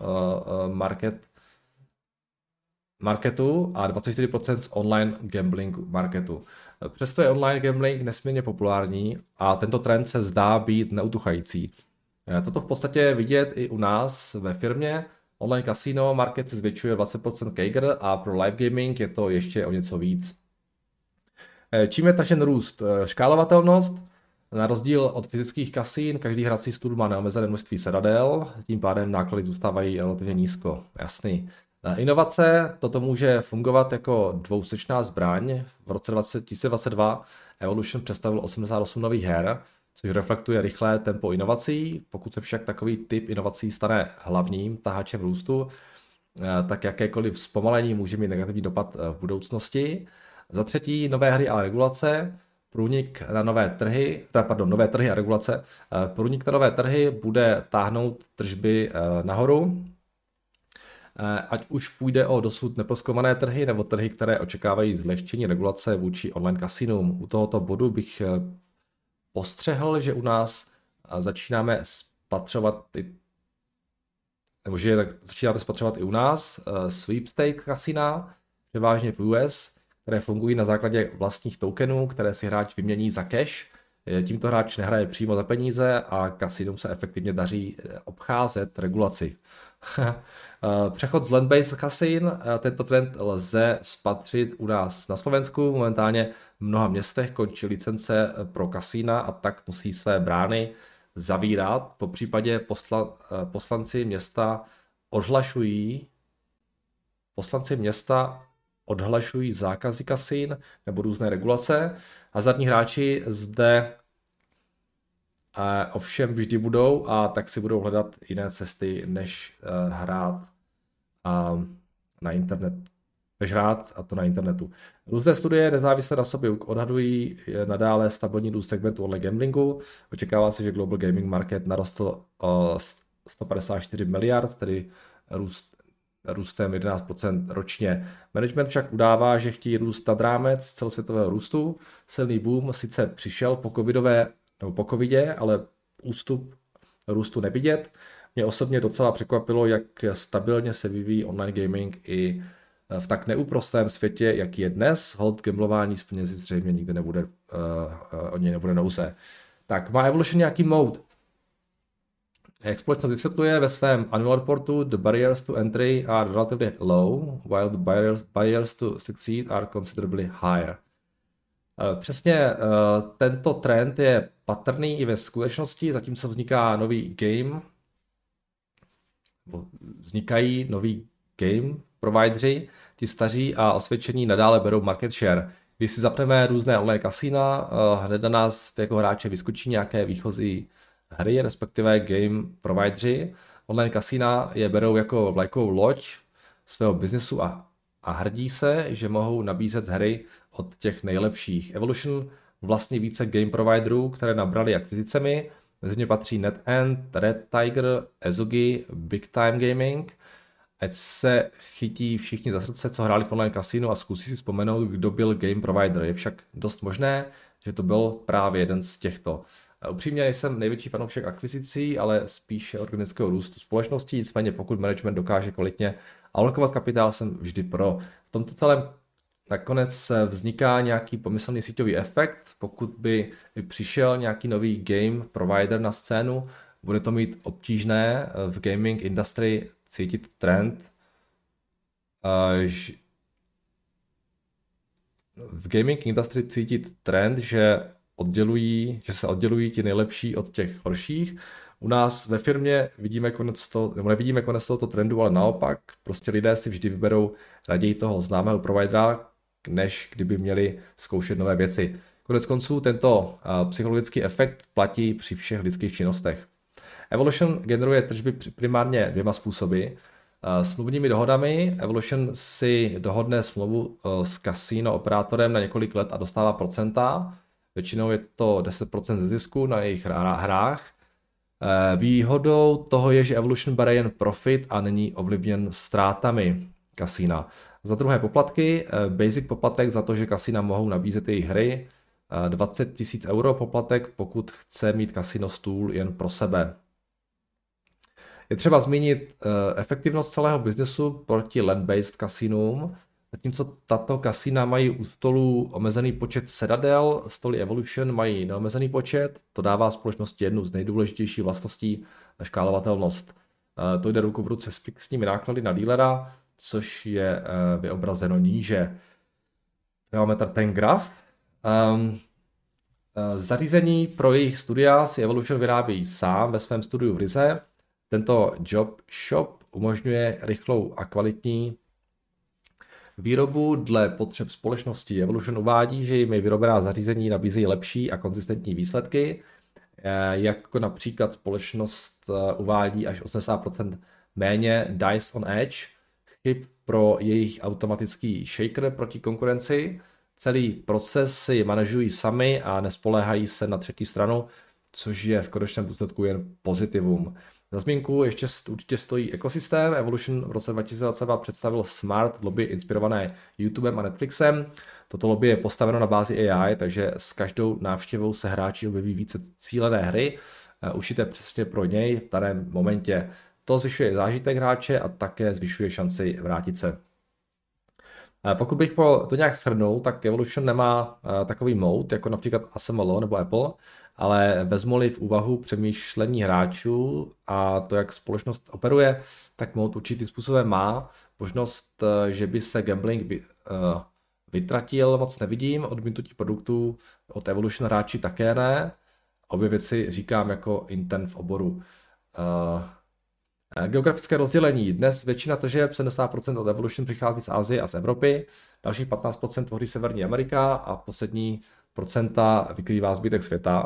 A: marketu a 24% z online gambling marketu. Přesto je online gambling nesmírně populární a tento trend se zdá být neutuchající. Toto v podstatě vidět i u nás ve firmě. Online casino market se zvětšuje 20% CAGR a pro live gaming je to ještě o něco víc. Čím je tažen růst? Škálovatelnost. Na rozdíl od fyzických kasín, každý hrací stůl má neomezené množství sedadel, tím pádem náklady zůstávají relativně nízko. Jasný. Inovace, toto může fungovat jako dvousečná zbraň. V roce 2022 Evolution představil 88 nových her, což reflektuje rychlé tempo inovací. Pokud se však takový typ inovací stane hlavním tahačem růstu, tak jakékoliv zpomalení může mít negativní dopad v budoucnosti. Za třetí, nové hry a regulace. Průnik na nové trhy a regulace. Průnik na nové trhy bude táhnout tržby nahoru. Ať už půjde o dosud neprozkoumané trhy nebo trhy, které očekávají zlehčení regulace vůči online kasinům. U tohoto bodu bych postřehl, že u nás začínáme spatřovat i u nás sweepstake kasina, převážně v US, které fungují na základě vlastních tokenů, které si hráč vymění za cash. Tímto hráč nehraje přímo za peníze a kasinům se efektivně daří obcházet regulaci. Přechod z land-based kasin, tento trend lze spatřit u nás na Slovensku. Momentálně v mnoha městech končí licence pro kasína a tak musí své brány zavírat. Po případě poslanci města odhlašují zákazy kasín nebo různé regulace. Hazardní hráči zde Ovšem vždy budou a tak si budou hledat jiné cesty, než hrát na internet. Než hrát a to na internetu. Různé studie nezávisle na sobě odhadují nadále stabilní růst segmentu online gamblingu. Očekává se, že global gaming market narostl o 154 miliard, tedy růstem 11% ročně. Management však udává, že chtějí růst nad rámec celosvětového růstu. Silný boom sice přišel po covidě, ale ústup růstu nevidět. Mě osobně docela překvapilo, jak stabilně se vyvíjí online gaming i v tak neúprostém světě, jak je dnes. Hold gamblování s penězi zřejmě nikdy nebude, od něj nebude nouze. Tak má Evolution nějaký mode? Jak společnost vysvětluje ve svém annual reportu, the barriers to entry are relatively low, while the barriers to succeed are considerably higher. Přesně tento trend je patrný i ve skutečnosti, zatímco vznikají nový game provideři, ti staří a osvědčení nadále berou market share. Když si zapneme různé online kasína, hned na nás jako hráče vyskočí nějaké výchozí hry, respektive game provideři. Online kasína je berou jako vlajkovou loď svého biznesu a hrdí se, že mohou nabízet hry od těch nejlepších. Evolution vlastní více game providerů, které nabrali akvizicemi. Mezi ně patří NetEnt, Red Tiger, Ezugi, Big Time Gaming. Ať se chytí všichni za srdce, co hráli v online kasínu a zkusí si vzpomenout, kdo byl game provider. Je však dost možné, že to byl právě jeden z těchto. Upřímně nejsem největší fanoušek akvizicí, ale spíše organického růstu společnosti, nicméně pokud management dokáže kvalitně alokovat kapitál, jsem vždy pro. V tomto celém nakonec vzniká nějaký pomyslný síťový efekt, pokud by přišel nějaký nový game provider na scénu, bude to mít obtížné v gaming industry cítit trend, že se oddělují ti nejlepší od těch horších. U nás ve firmě nevidíme konec tohoto trendu, ale naopak, prostě lidé si vždy vyberou raději toho známého providera, než kdyby měli zkoušet nové věci. Konec konců tento psychologický efekt platí při všech lidských činnostech. Evolution generuje tržby primárně dvěma způsoby. Smluvními dohodami. Evolution si dohodne smlouvu s kasino operátorem na několik let a dostává procenta. Většinou je to 10% ze zisku na jejich hrách. Výhodou toho je, že Evolution bere jen profit a není ovlivněn ztrátami kasína. Za druhé poplatky. Basic poplatek za to, že kasína mohou nabízet jejich hry. 20 000 euro poplatek, pokud chce mít kasino stůl jen pro sebe. Je třeba zmínit efektivnost celého biznesu proti land-based kasinům. Zatímco tato kasína mají u stolů omezený počet sedadel, stoly Evolution mají neomezený počet, to dává společnosti jednu z nejdůležitějších vlastností na škálovatelnost. To jde ruku v ruce s fixními náklady na dílera, což je vyobrazeno níže. Máme tady ten graf. Zařízení pro jejich studia si Evolution vyrábí sám ve svém studiu v Rize. Tento job shop umožňuje rychlou a kvalitní výrobu dle potřeb společnosti. Evolution uvádí, že jim vyrobená zařízení nabízejí lepší a konzistentní výsledky, jako například společnost uvádí až 80% méně dice on edge, chyb pro jejich automatický shaker proti konkurenci. Celý proces si manažují sami a nespoléhají se na třetí stranu, což je v konečném důsledku jen pozitivum. Za zmínku ještě určitě stojí ekosystém. Evolution v roce 2022 představil smart lobby inspirované YouTubem a Netflixem. Toto lobby je postaveno na bázi AI, takže s každou návštěvou se hráči objeví více cílené hry, ušité přesně pro něj v daném momentě. To zvyšuje zážitek hráče a také zvyšuje šanci vrátit se. Pokud bych to nějak shrnul, tak Evolution nemá takový mode, jako například ASML nebo Apple, ale vezmu-li v úvahu přemýšlení hráčů a to, jak společnost operuje, tak mode určitým způsobem má. Možnost, že by se gambling vytratil, moc nevidím. Odmítnutí produktů od Evolution hráči také ne. Obě věci říkám jako intern v oboru. Geografické rozdělení. Dnes většina tržeb, 70% od Evolution přichází z Asie a z Evropy, dalších 15% tvoří Severní Amerika a poslední procenta vykrývá zbytek světa.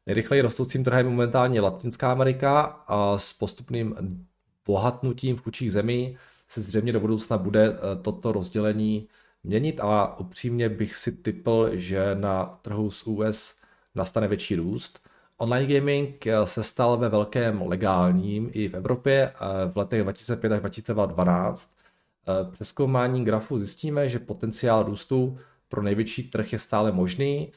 A: Nejrychleji rostoucím trhem je momentálně Latinská Amerika a s postupným bohatnutím v chudších zemí se zřejmě do budoucna bude toto rozdělení měnit a upřímně bych si tipl, že na trhu s US nastane větší růst. Online gaming se stal ve velkém legálním i v Evropě v letech 2005 až 2012. Přezkoumání grafu zjistíme, že potenciál růstu pro největší trh je stále možný.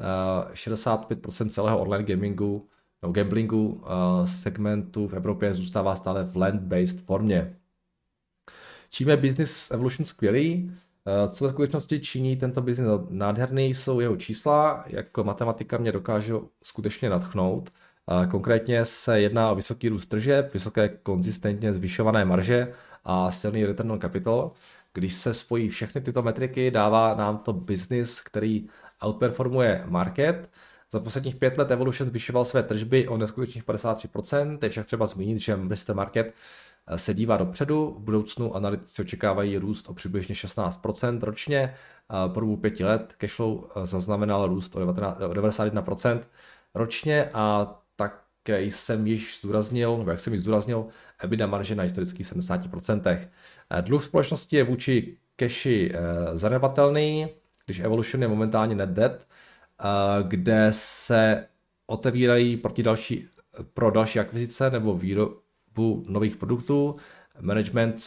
A: 65% celého online gamingu, no gamblingu segmentu v Evropě zůstává stále v land-based formě. Čím je Business Evolution skvělý? Co ve skutečnosti činí tento biznis nádherný, jsou jeho čísla, jako matematika mě dokáže skutečně nadchnout. Konkrétně se jedná o vysoký růst tržeb, vysoké konzistentně zvyšované marže a silný return on capital. Když se spojí všechny tyto metriky, dává nám to biznis, který outperformuje market. Za posledních 5 let Evolution zvyšoval své tržby o neskutečných 53%, je však třeba zmínit, že Mr. Market se dívá dopředu, v budoucnu analytici očekávají růst o přibližně 16% ročně, po dobu 5 let cashflow zaznamenal růst o 91% ročně a tak jsem již zdůraznil, nebo jak jsem již zdůraznil, EBITDA marže na historických 70%. Dluh společnosti je vůči cashi zanedbatelný, když Evolution je momentálně net debt, kde se otevírají pro další akvizice nebo výrobu nových produktů. Management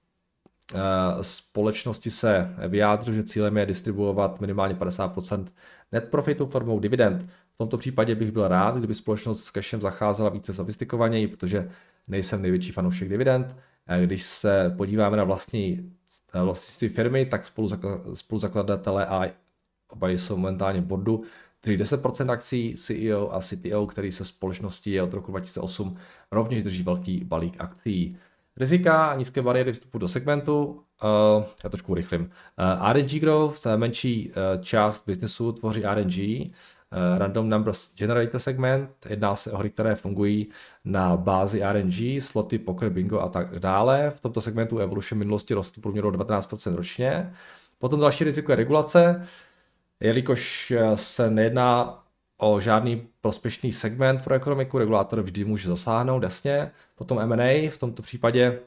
A: společnosti se vyjádřil, že cílem je distribuovat minimálně 50% net profitu formou dividend. V tomto případě bych byl rád, kdyby společnost s cashem zacházela více sofistikovaněji, protože nejsem největší fanoušek dividend. Když se podíváme na vlastnictví firmy, tak spoluzakladatelé a oba jsou momentálně v boardu, tedy 10% akcí, CEO a CTO, který se společností od roku 2008 rovněž drží velký balík akcí. Rizika a nízké bariéry vstupu do segmentu, já trošku urychlím. RNG growth, menší část biznesu tvoří RNG, Random Numbers Generator segment, jedná se o hry, které fungují na bázi RNG, sloty, poker, bingo a tak dále. V tomto segmentu Evolution v minulosti rostl průměru 19% ročně. Potom další riziko je regulace, jelikož se nejedná o žádný prospěšný segment pro ekonomiku, regulátor vždy může zasáhnout, jasně. Potom M&A, v tomto případě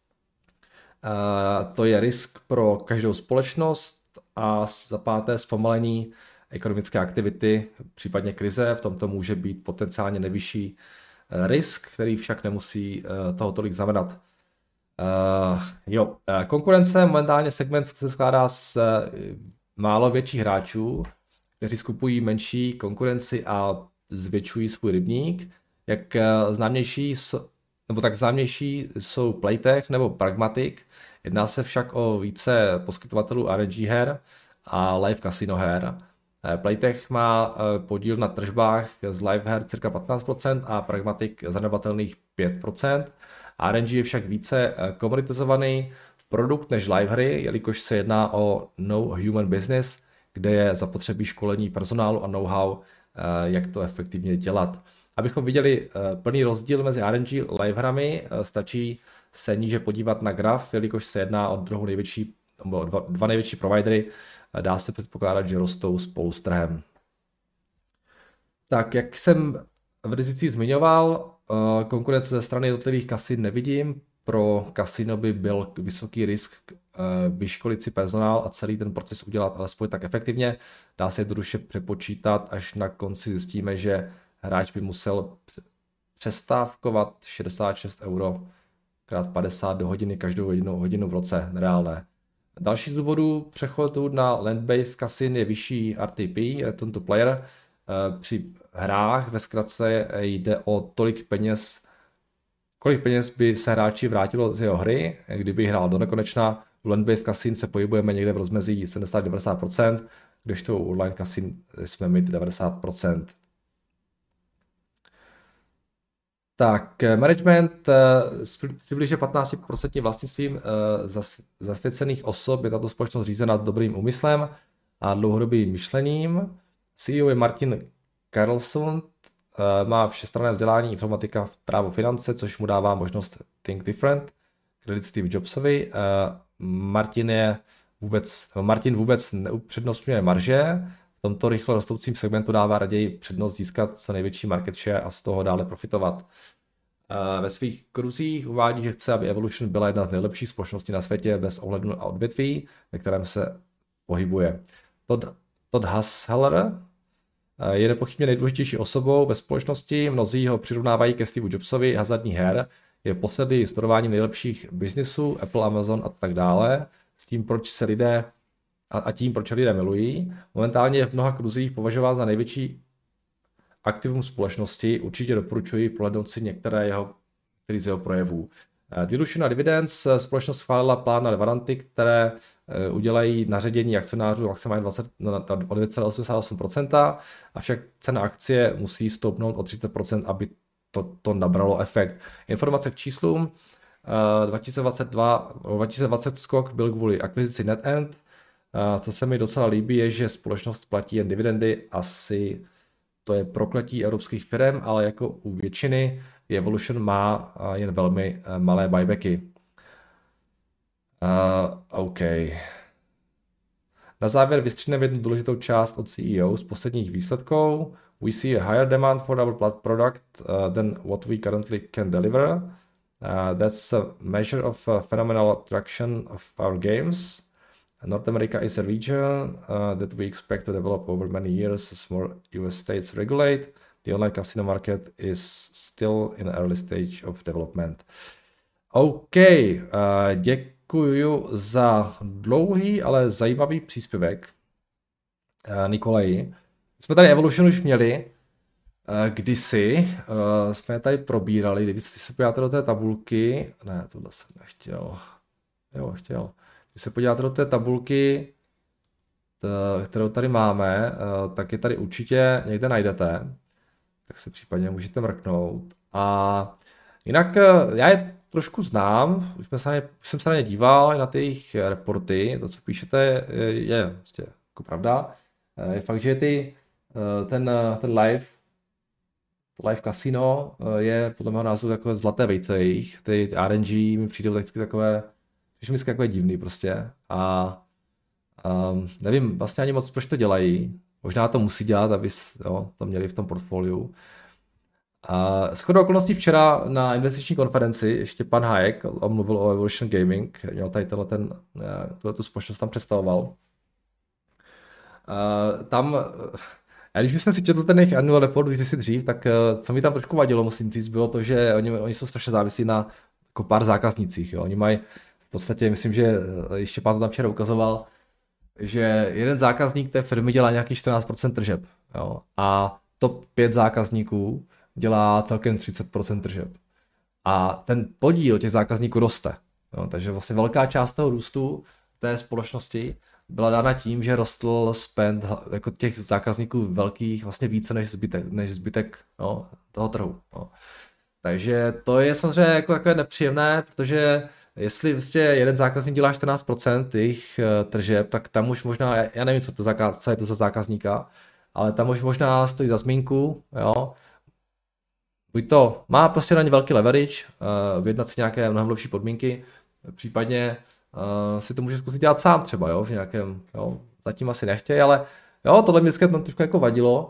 A: to je risk pro každou společnost a za páté zpomalení ekonomické aktivity, případně krize, v tomto může být potenciálně nejvyšší risk, který však nemusí toho tolik znamenat. Konkurence, momentálně segment se skládá z málo větších hráčů, kteří skupují menší konkurenci a zvětšují svůj rybník. Jak známější jsou Playtech nebo Pragmatic. Jedná se však o více poskytovatelů RNG her a live casino her. Playtech má podíl na tržbách z live her cirka 15% a Pragmatic zanedbatelných 5%. RNG je však více komoditizovaný produkt než live hry, jelikož se jedná o no human business, kde je zapotřebí školení personálu a know-how, jak to efektivně dělat. Abychom viděli plný rozdíl mezi RNG a live hrami, stačí se níže podívat na graf, jelikož se jedná o dva největší providery, dá se předpokládat, že rostou spolu s trhem. Tak, jak jsem v rizicích zmiňoval, konkurence ze strany jednotlivých kasin nevidím. Pro kasino by byl vysoký risk vyškolit si personál a celý ten proces udělat alespoň tak efektivně. Dá se jednoduše přepočítat, až na konci zjistíme, že hráč by musel přestávkovat 66 € krát 50 do hodiny každou hodinu v roce, nereálné. Další z důvodů přechodu na land-based kasin je vyšší RTP, Return to Player. Při hrách ve zkratce jde o kolik peněz by se hráči vrátilo z jeho hry, kdyby hrál do nekonečna. U land-based kasin se pohybujeme někde v rozmezí 70-90%, kdežto u online kasin jsme mít 90%. Tak, management s přibližně 15% vlastnictvím zasvěcených osob je tato společnost řízena s dobrým úmyslem a dlouhodobým myšlením. CEO je Martin Carlson, má všestranné vzdělání informatika, právo, finance, což mu dává možnost think different. Kredit Steve Jobsovi. Martin vůbec neupřednostňuje marže, v tomto rychle rostoucím segmentu dává raději přednost získat co největší market share a z toho dále profitovat. Ve svých kruzích uvádí, že chce, aby Evolution byla jedna z nejlepších společností na světě bez ohledu na odvětví, ve kterém se pohybuje. Todd Husseler je nepochybně nejdůležitější osobou ve společnosti, mnozí ho přirovnávají ke Steve Jobsovi hazardní her, je posedlý studováním nejlepších biznisů, Apple, Amazon a tak dále, s tím, proč se lidé proč lidé milují. Momentálně je v mnoha kruzích považován za největší aktivum společnosti, určitě doporučuji prohlédnout si některý z jeho projevů. Dilution a Dividends společnost schválila plán na varanty, které udělají naředění akcionářů maximálně o 2,88%, avšak cena akcie musí stoupnout o 30%, aby to nabralo efekt. Informace k číslům. 2020 skok byl kvůli akvizici NetEnt. Co se mi docela líbí, je, že společnost platí jen dividendy, asi to je prokletí evropských firm, ale jako u většiny Evolution má jen velmi malé buybacky. OK. Na závěr vystříneme jednu důležitou část od CEO z posledních výsledků. We see a higher demand for our product than what we currently can deliver. That's a measure of phenomenal traction of our games. North America is a region that we expect to develop over many years as more US states regulate. The online casino market is still in the early stage of development. OK, děkuji za dlouhý, ale zajímavý příspěvek, Nikolaji. Jsme tady Evolution už měli, kdysi jsme tady probírali, když se podíváte do té tabulky, ne, tohle jsem nechtěl, chtěl. Když se podíváte do té tabulky, kterou tady máme, tak je tady určitě někde najdete, tak se případně můžete mrknout. A jinak já je trošku znám, už jsem se na ně díval, na ty jejich reporty, to, co píšete, je prostě jako pravda. Je fakt, že ten live casino je podle mého názoru jako zlaté vejce jejich, ty RNG mi přijdou vždycky takové divný prostě a nevím vlastně ani moc, proč to dělají. Možná to musí dělat, aby to měli v tom portfoliu. Shodou okolností včera na investiční konferenci ještě pan Hayek mluvil o Evolution Gaming, měl tady tu společnost tam představoval. A když jsem si četl ten jejich annual report kdysi dřív, tak co mi tam trošku vadilo, musím říct, bylo to, že oni jsou strašně závislí na jako pár zákaznicích. Jo. Oni mají v podstatě, myslím, že ještě pán to tam včera ukazoval, že jeden zákazník té firmy dělá nějaký 14% tržeb. Jo. A top 5 zákazníků dělá celkem 30% tržeb. A ten podíl těch zákazníků roste. Jo. Takže vlastně velká část toho růstu té společnosti byla dána tím, že rostl spend jako těch zákazníků velkých vlastně více než zbytek toho trhu. Jo. Takže to je samozřejmě jako nepříjemné, protože jestli vlastně jeden zákazník dělá 14% jejich tržeb, tak tam už možná, já nevím, co je to za zákazníka, ale tam už možná stojí za zmínku, jo. Buď to má prostě na ně velký leverage, vyjednat si nějaké mnohem lepší podmínky, případně si to může zkusit dělat sám třeba, jo, v nějakém, jo, zatím asi nechtějí, ale jo, tohle mě tam trošku jako vadilo.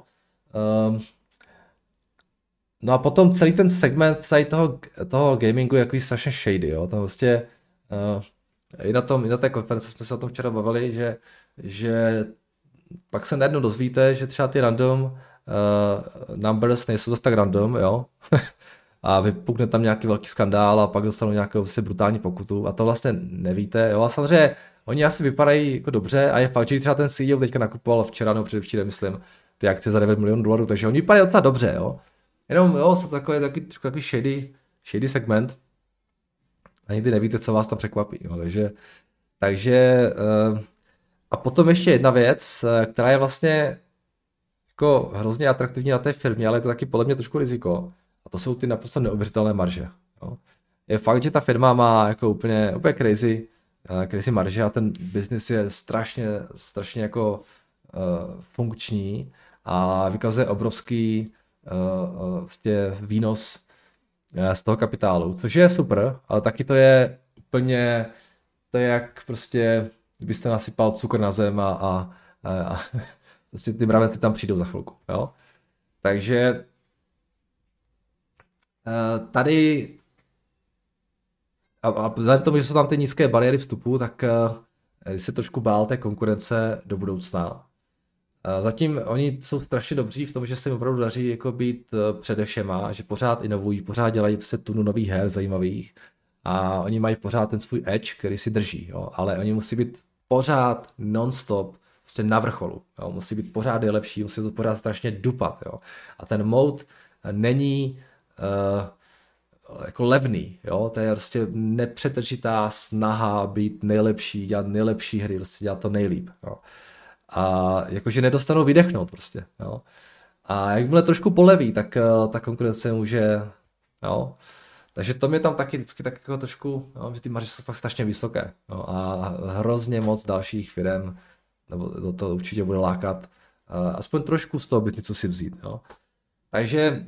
A: No a potom celý ten segment tady toho gamingu je jako strašně shady, jo, tam vlastně i na té konferenci jsme se o tom včera bavili, že pak se najednou dozvíte, že třeba ty random numbers nejsou dost tak random, jo, a vypukne tam nějaký velký skandál a pak dostanou nějakou vlastně brutální pokutu a to vlastně nevíte, jo, a samozřejmě oni asi vypadají jako dobře a je fakt, že třeba ten CEO teďka nakupoval včera nebo předevčírem, myslím, ty akcie za $9 milionů, takže oni vypadají docela dobře, jo. Jenom jo, jsou takový shady segment a nikdy nevíte, co vás tam překvapí. Jo. Takže a potom ještě jedna věc, která je vlastně jako hrozně atraktivní na té firmě, ale je to taky podle mě trošku riziko. A to jsou ty naprosto neuvěřitelné marže. Jo. Je fakt, že ta firma má jako úplně crazy marže a ten biznis je strašně jako funkční a vykazuje obrovský vlastně výnos z toho kapitálu, což je super, ale taky to je úplně, to je jak prostě, kdybyste nasypal cukr na zem a prostě ty mravenci tam přijdou za chvilku, jo. Takže tady a vzhledem k tomu, že jsou tam ty nízké bariéry vstupu, tak se trošku bál té konkurence do budoucna. Zatím oni jsou strašně dobří v tom, že se jim opravdu daří jako být přede všema, že pořád inovují, pořád dělají se tunu nových her zajímavých a oni mají pořád ten svůj edge, který si drží, jo? Ale oni musí být pořád non-stop prostě na vrcholu, jo? Musí být pořád nejlepší, musí to pořád strašně dupat, jo? A ten mode není jako levný, jo? To je prostě nepřetržitá snaha být nejlepší, dělat nejlepší hry, prostě dělat to nejlíp, jo? A jakože nedostanou vydechnout prostě, jo. A jakmile trošku poleví, tak ta konkurence může, jo. Takže to mě tam taky vždycky tak jako trošku, jo, že ty marže jsou fakt strašně vysoké, jo. A hrozně moc dalších firem, nebo to určitě bude lákat, aspoň trošku z toho biznisu si vzít, jo. Takže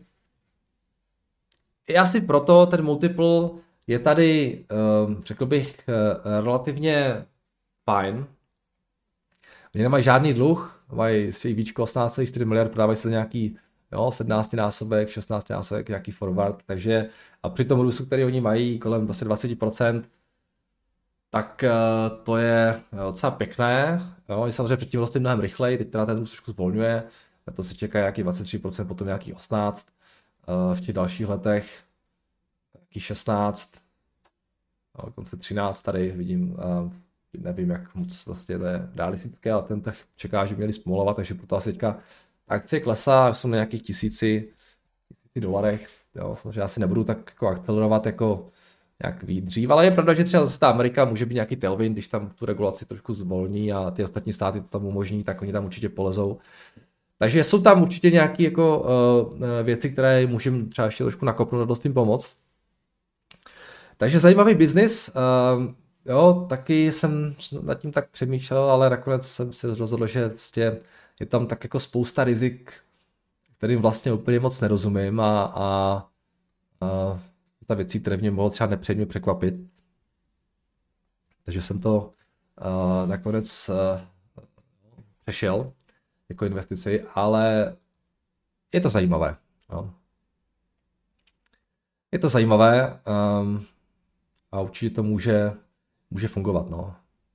A: asi proto ten multiple je tady, řekl bych, relativně fajn. Oni nemají žádný dluh, mají víčko 18,4 miliard, prodávají se nějaký 17 násobek, 16 násobek, nějaký forward, takže a při tom růstu, který oni mají kolem 20%, tak to je docela pěkné. Jo, oni samozřejmě předtím rostli mnohem rychleji, teď teda ten růst trošku zvolňuje, to se čeká nějaký 23%, potom nějaký 18%, v těch dalších letech nějaký 16%, dokonce 13% tady vidím. Nevím, jak moc vlastně to je realistické, ale ten trh čeká, že měli zpomalovat, takže proto asi teďka akcie klesá, jsou na nějakých $1000, jo, samozřejmě asi nebudu tak jako akcelerovat jako nějak dřív, ale je pravda, že třeba zase ta Amerika může být nějaký tailwind, když tam tu regulaci trošku zvolní a ty ostatní státy to tam umožní, tak oni tam určitě polezou. Takže jsou tam určitě nějaké jako věci, které můžeme třeba ještě trošku nakopnout a dost jim pomoct. Takže zajímavý biznis. Jo, taky jsem nad tím tak přemýšlel, ale nakonec jsem si rozhodl, že vlastně je tam tak jako spousta rizik, kterým vlastně úplně moc nerozumím a ta věcí, které mě mohlo třeba nepříjemně překvapit. Takže jsem to nakonec přešel jako investici, ale je to zajímavé. Jo. Je to zajímavé a určitě to může fungovat, no.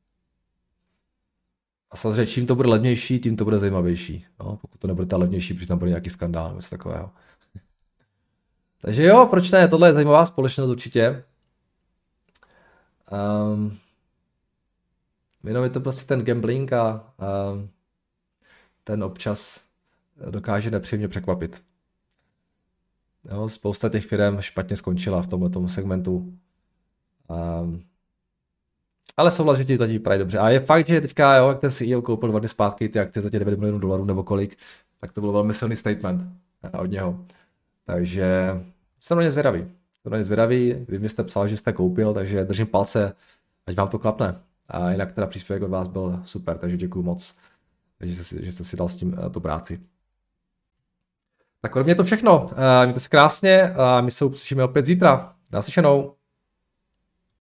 A: A samozřejmě, čím to bude levnější, tím to bude zajímavější. No, pokud to nebude ta levnější, protože tam bude nějaký skandál nebo něco takového. Takže jo, proč ne? Tohle je zajímavá společnost určitě. Jenom je to prostě ten gambling a ten občas dokáže nepříjemně překvapit. Jo, spousta těch firm špatně skončila v tomto segmentu. Ale souhlas, že ti to vypadají dobře. A je fakt, že teďka, jo, jak ten CEO koupil 2 dny zpátky ty akcie za těch $9 milionů nebo kolik, tak to byl velmi silný statement od něho. Takže jsem na ně zvědavý. Vy mi jste psal, že jste koupil, takže držím palce, ať vám to klapne. A jinak teda příspěvek od vás byl super, takže děkuju moc, že jste si dal s tím tu práci. Tak ode mě to všechno. Mějte se krásně a my se uslyšíme opět zítra. Naslyšenou.